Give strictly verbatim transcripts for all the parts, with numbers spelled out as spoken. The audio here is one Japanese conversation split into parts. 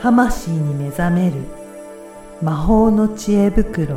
魂に目覚める魔法の知恵袋。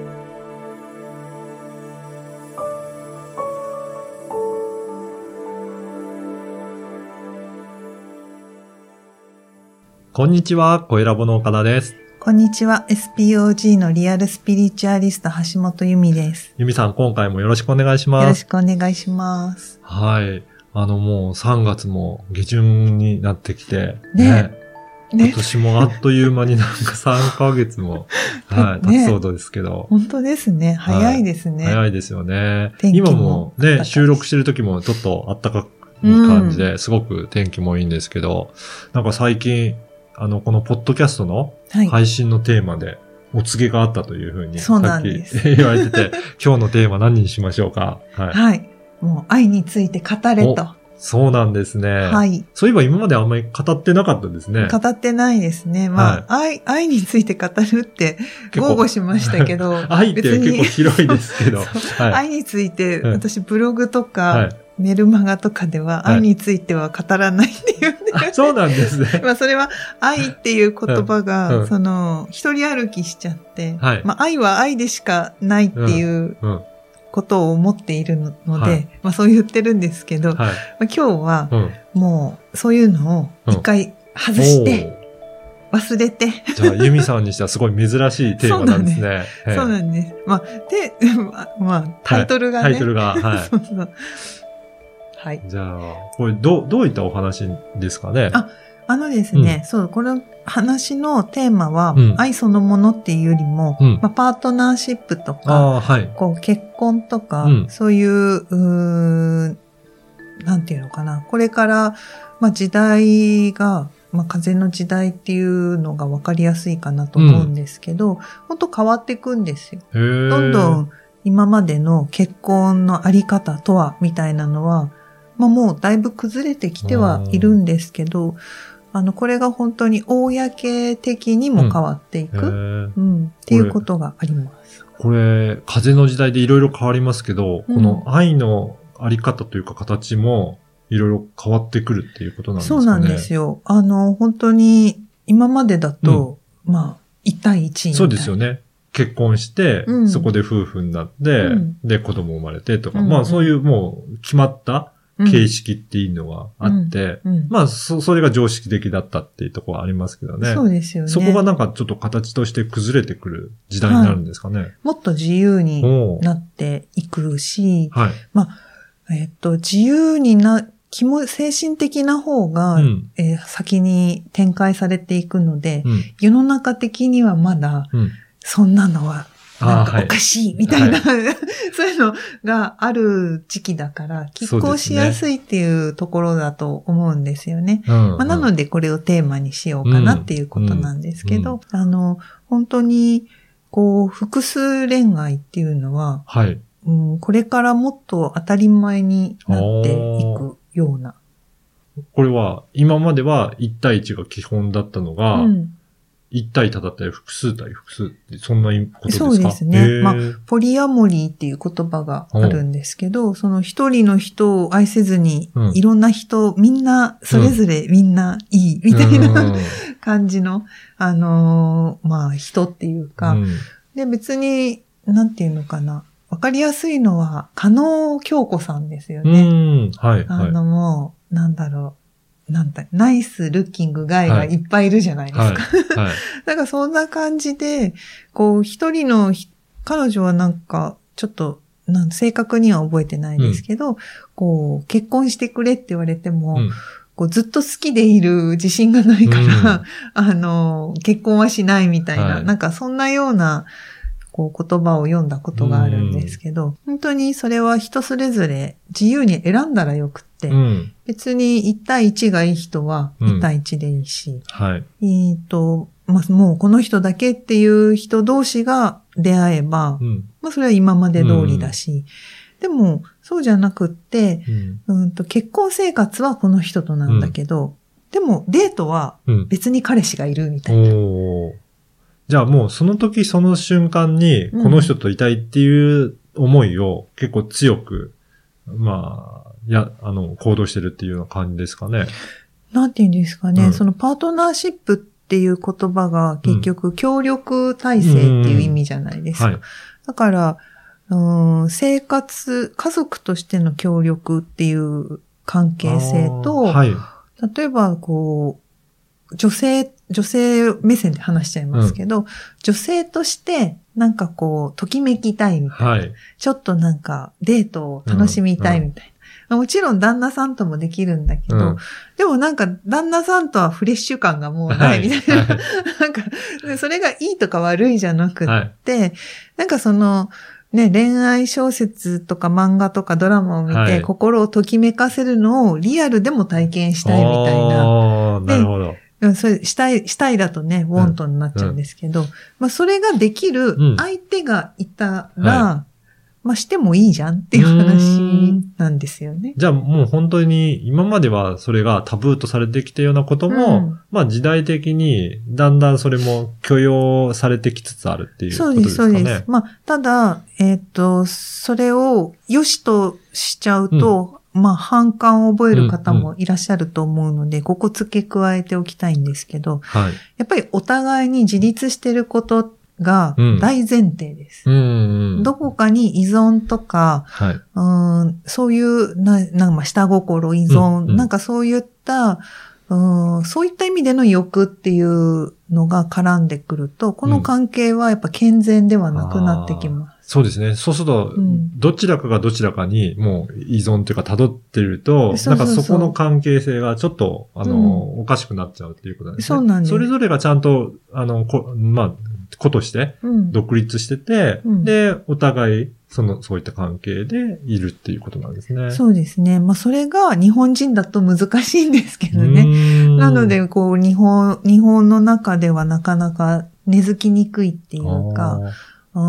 こんにちは、声ラボの岡田です。 こんにちは、エスピーオージー のリアルスピリチュアリスト橋本由美です。 由美さん、今回もよろしくお願いします。 よろしくお願いします。 はい。あのもうさんがつも下旬になってきて、 ね。 ね今年もあっという間になんかさんかげつも、はい、経つそうですけど。 本当ですね。早いですね。 はい、早いですよね。 天気も今もね、収録してる時もちょっと暖かい感じで、うん、すごく天気もいいんですけど、なんか最近、あの、このポッドキャストの配信のテーマでお告げがあったというふうに、さっき言われてて、今日のテーマ何にしましょうか。 はい。はい。もう愛について語れと。 そうなんですね。はい。そういえば今まであんまり語ってなかったですね。 語ってないですね。まあ、はい、愛、愛について語るって豪語しましたけど。 愛って結構広いですけど。 はい、愛について、私ブログとか、はいメルマガとかでは愛については語らないっていうね、 はい、そうなんですね。 まあそれは愛っていう言葉が、うん、その一人歩きしちゃって、はい、まあ愛は愛でしかないっていうことを思っているので、はい、まあそう言ってるんですけど、はいまあ、今日はもうそういうのを一回外して、うん、忘れて。 じゃあ、由美さんにしてはすごい珍しいテーマなんですね。 そうなんです。まあ、で、まあ、タイトルがね。 はい、タイトルが、はい。 そうそうはい。 じゃあ、これどう、どういったお話ですかね。 あ、あのですね、うん、そう、この話のテーマは、うん、愛そのものっていうよりも、うんまあ、パートナーシップとか、はい、こう結婚とか、うん、そういう、うーなんていうのかな、これから、まあ、時代が、まあ、風の時代っていうのが分かりやすいかなと思うんですけど、本当変わっていくんですよ。どんどん今までの結婚のあり方とは、みたいなのは、まあもうだいぶ崩れてきてはいるんですけど、あの、これが本当に公的にも変わっていく、うんうん、っていうことがあります。 これ、風の時代でいろいろ変わりますけど、うん、この愛のあり方というか形もいろいろ変わってくるっていうことなんですかね。 そうなんですよ。あの、本当に今までだと、うん、まあ、一対一みたいな。 そうですよね。結婚して、うん、そこで夫婦になって、うん、で、子供生まれてとか、うん、まあそういうもう決まった形式っていうのがあって、うんうん、まあそ、それが常識的だったっていうところはありますけどね。 そうですよね。 そこがなんかちょっと形として崩れてくる時代になるんですかね。はい、 もっと自由になっていくし、はい、まあ、えっと、自由にな、気も精神的な方が、うんえー、先に展開されていくので、うん、世の中的にはまだ、うん、そんなのは、なんかおかしいみたいな、はい、そういうのがある時期だから、拮抗しやすいっていうところだと思うんですよね。まあ、なのでこれをテーマにしようかなっていうことなんですけど、うんうん、あの、本当に、こう、複数恋愛っていうのは、はいうん、これからもっと当たり前になっていくような。 これは、今まではいち対いちが基本だったのが、うん一対多だったり複数対複数ってそんなことですか？ そうですね。まあ、ポリアモリーっていう言葉があるんですけど、その一人の人を愛せずに、うん、いろんな人、みんな、それぞれみんないい、みたいな、うん、感じの、あのー、まあ、人っていうか、うん、で、別に、なんていうのかな。わかりやすいのは、加納京子さんですよね。うん、はい。あの、もう、なんだろう。なんだ、ナイスルッキングガイがいっぱいいるじゃないですか。はいはいはい、だからそんな感じで、こう一人の、彼女はなんか、ちょっと、なん正確には覚えてないですけど、うん、こう、結婚してくれって言われても、うん、こうずっと好きでいる自信がないから、うん、あの、結婚はしないみたいな、はい、なんかそんなような、こう言葉を読んだことがあるんですけど、本当にそれは人それぞれ自由に選んだらよくって、うん、別にいち対いちがいい人はいち対いちでいいし、うんはい、えっと、まあ、もうこの人だけっていう人同士が出会えば、うん、まあそれは今まで通りだし、うん、でもそうじゃなくって、うん、うんと結婚生活はこの人となんだけど、うん、でもデートは別に彼氏がいるみたいな。 うんじゃあもうその時その瞬間にこの人といたいっていう思いを結構強く、うん、まあ、や、あの、行動してるっていうような感じですかね。 なんていうんですかね、うん、そのパートナーシップっっていう言葉が結局協力体制っていう意味じゃないですか。うんうんはい、だから、うん、生活、家族としての協力っていう関係性と、はい、例えばこう、女性、女性目線で話しちゃいますけど、うん、女性としてなんかこう、ときめきたいみたいな、はい、ちょっとなんかデートを楽しみたいみたいな。うんうん、もちろん旦那さんともできるんだけど、うん、でもなんか旦那さんとはフレッシュ感がもうないみたいな。はいはい、なんか、それがいいとか悪いじゃなくって、はい、なんかその、ね、恋愛小説とか漫画とかドラマを見て、はい、心をときめかせるのをリアルでも体験したいみたいな。 ああ、なるほど。 それ、したい、したいだとね、ウォントになっちゃうんですけど、うんうん、まあ、それができる相手がいたら、うんはい、まあ、してもいいじゃんっていう話なんですよね。 じゃあもう本当に今まではそれがタブーとされてきたようなことも、うん、まあ時代的にだんだんそれも許容されてきつつあるっていうことですかね。そうです、そうです。 まあ、ただ、えっと、それを良しとしちゃうと、うんまあ、反感を覚える方もいらっしゃると思うので、うんうん、ここ付け加えておきたいんですけど、はい、やっぱりお互いに自立してることが大前提です。うんうんうん、どこかに依存とか、はい、うんそういうな、なんか下心依存、うんうん、なんかそういった、うん、そういった意味での欲っていうのが絡んでくると、この関係はやっぱ健全ではなくなってきます。 うん、そうですね。そうすると、うん、どちらかがどちらかにもう依存というか辿ってると、そうそうそうなんかそこの関係性がちょっと、あの、うん、おかしくなっちゃうっていうことなんですね。そうなんです。それぞれがちゃんと、あの、こまあ、子として独立してて、うん、で、お互い、その、そういった関係でいるっていうことなんですね。 そうですね。まあ、それが日本人だと難しいんですけどね。なので、こう、日本、日本の中ではなかなか根付きにくいっていうか、うん、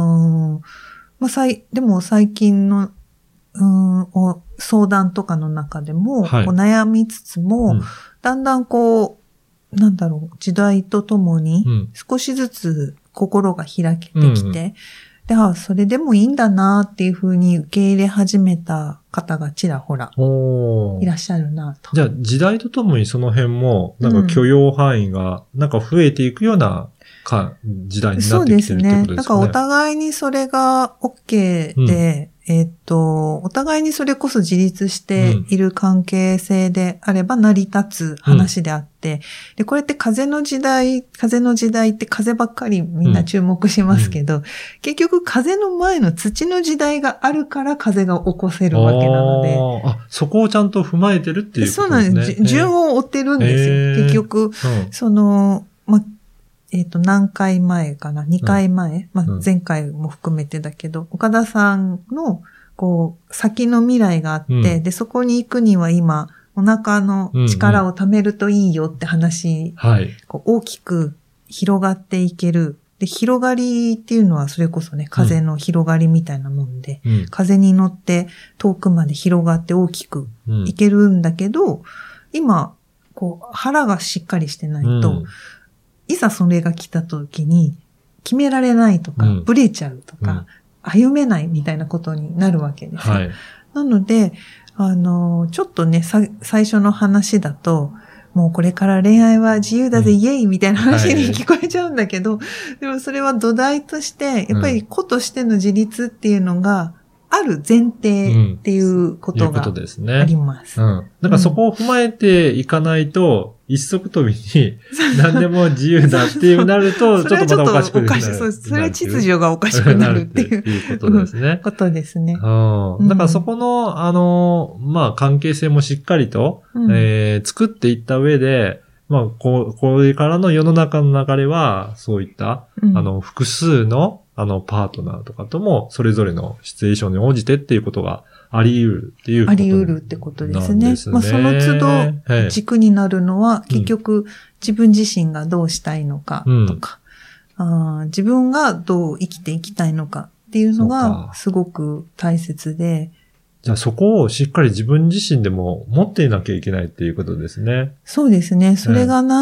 まあ、さい、でも最近の、うん、お相談とかの中でも、はい、こう悩みつつも、うん、だんだんこう、なんだろう、時代とともに少しずつ心が開けてきて、うんうん、で、あ、それでもいいんだなっていうふうに受け入れ始めた方がちらほらいらっしゃるなと。 じゃあ時代とともにその辺もなんか許容範囲がなんか増えていくようなか時代になってきてるってことですかね。そうですね。 だからお互いにそれが OK で、うん、えっと、お互いにそれこそ自立している関係性であれば成り立つ話であって、うん、で、これって風の時代、風の時代って風ばっかりみんな注目しますけど、うんうん、結局風の前の土の時代があるから風が起こせるわけなので。 あ、そこをちゃんと踏まえてるっていうことですね。そうなんです。 順を追ってるんですよ。結局、うん、その、ま、えっと、何回前かな ?に 回前、うんまあ、前回も含めてだけど、岡田さんの、こう、先の未来があって、うん、で、そこに行くには今、お腹の力を貯めるといいよって話、うんうんはい、こう大きく広がっていける。で、広がりっていうのはそれこそね、風の広がりみたいなもんで、うん、風に乗って遠くまで広がって大きくいけるんだけど、うん、今、こう、腹がしっかりしてないと、うんいざそれが来た時に決められないとか、うん、ブレちゃうとか、うん、歩めないみたいなことになるわけですよ。はい、なので、あの、ちょっとね、さ、最初の話だと、もうこれから恋愛は自由だぜ、うん、イエイみたいな話に聞こえちゃうんだけど、はい、でもそれは土台として、やっぱり子としての自立っていうのが、ある前提っていうことがあります。 うん。うん、だからそこを踏まえていかないと、一足飛びに何でも自由だっていうなると、ちょっとまたおかしくなる。おかしい。 そうです。それは秩序がおかしくなるっていう。 いうことですね。 ことですね。 うん。だからそこの、あの、まあ、関係性もしっかりと、うん、えー、作っていった上で、まあ、こう、これからの世の中の流れは、そういった、うん、あの、複数の、あの、パートナーとかとも、それぞれのシチュエーションに応じてっていうことがあり得るっていうことあり得るってことですね。まあ、その都度軸になるのは、結局、自分自身がどうしたいのかとか、うん、あ、自分がどう生きていきたいのかっていうのが、すごく大切で、 じゃあそこをしっかり自分自身でも持っていなきゃいけないっていうことですね。 そうですね。それがない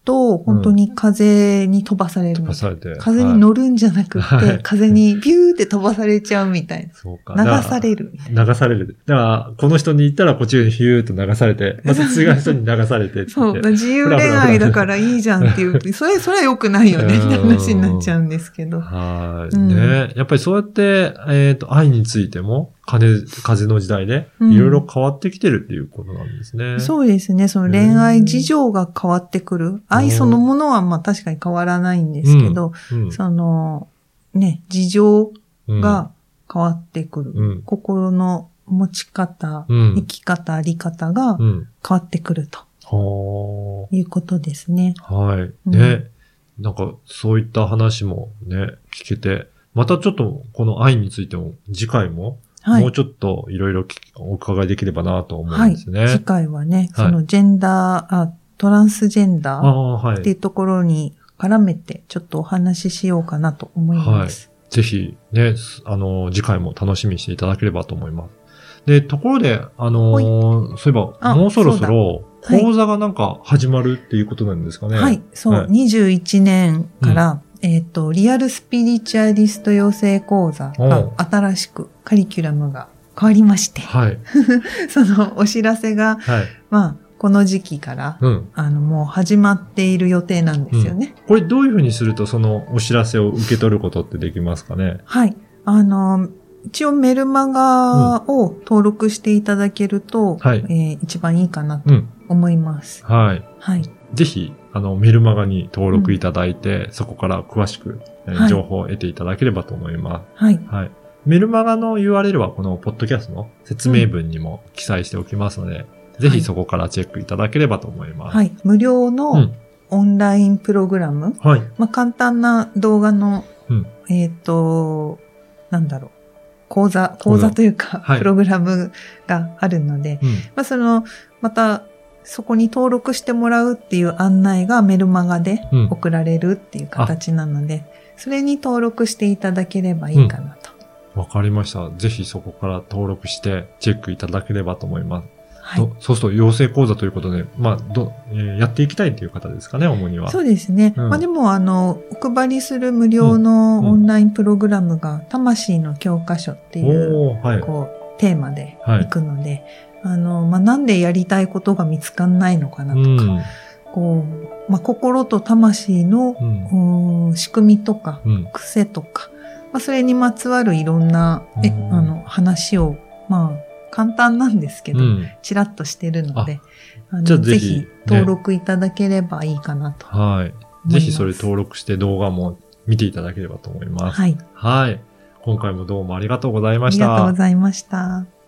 と、本当に風に飛ばされる、 飛ばされて。 風に乗るんじゃなくて、はい、風にビューって飛ばされちゃうみたいな。そうか。流されるみたいな。 流される。だから、この人に行ったらこっちにヒューっと流されて、また次の人に流されてって。 そう。自由恋愛だからいいじゃんっていう、それ、それは良くないよねって話になっちゃうんですけど。 はい。うん、ね。やっぱりそうやって、えっと、愛についても、風、風の時代で、いろいろ変わってきてるっていうことなんですね。 うん、そうですね。その恋愛事情が変わってくる。愛そのものはまあ確かに変わらないんですけど、うんうん、その、ね、事情が変わってくる。うん、心の持ち方、うん、生き方、あり方が変わってくると。いうことですね。 はい。ね、うん。なんか、そういった話もね、聞けて、またちょっとこの愛についても次回も、はい、もうちょっといろいろお伺いできればなと思うんですね。 はい、次回はね、はい、そのジェンダー、あ、トランスジェンダーっていうところに絡めてちょっとお話ししようかなと思います。 はい、ぜひね、あの、次回も楽しみにしていただければと思います。で、ところで、あの、そういえば、もうそろそろ講座がなんか始まるっていうことなんですかね。 はい、はい、そう、はい、にじゅういちねんから、うん、えっと、リアルスピリチュアリスト養成講座が新しくカリキュラムが変わりまして、はい、そのお知らせが、はい、まあ、この時期から、うん、あの、もう始まっている予定なんですよね。 うん、これどういうふうにするとそのお知らせを受け取ることってできますかね？ はい。あの、一応メルマガを登録していただけると、うん、はい、えー、一番いいかなと思います。 うん、はい。はい。ぜひ、あの、メルマガに登録いただいて、うん、そこから詳しく、えーはい、情報を得ていただければと思います。はい。はい。メルマガの ユーアールエル はこのポッドキャストの説明文にも記載しておきますので、うん、ぜひそこからチェックいただければと思います。 はい。無料のオンラインプログラム。うん、はい。まあ、簡単な動画の、うん、えっと、なんだろう。講座、講座というか、はい、プログラムがあるので、うん、まあ、その、また、そこに登録してもらうっていう案内がメルマガで送られるっていう形なので、うん、それに登録していただければいいかなと。 わ、うん、かりました。ぜひそこから登録してチェックいただければと思います。はい、そうすると養成講座ということで、まあ、ど、えー、やっていきたいという方ですかね、主には。 そうですね。うん、まあでも、あの、お配りする無料のオンラインプログラムが、魂の教科書っていう、はい、こう、テーマでいくので、はい、あの、まあ、なんでやりたいことが見つかんないのかなとか、うん、こう、まあ、心と魂の、うん、仕組みとか、うん、癖とか、まあ、それにまつわるいろんな、え、うん、あの、話を、まあ、簡単なんですけど、うん、ちらっとしてるので、あのぜひ登録いただければいいかなと、ね。はい。 ぜひそれ登録して動画も見ていただければと思います。はい。はい。今回もどうもありがとうございました。 ありがとうございました。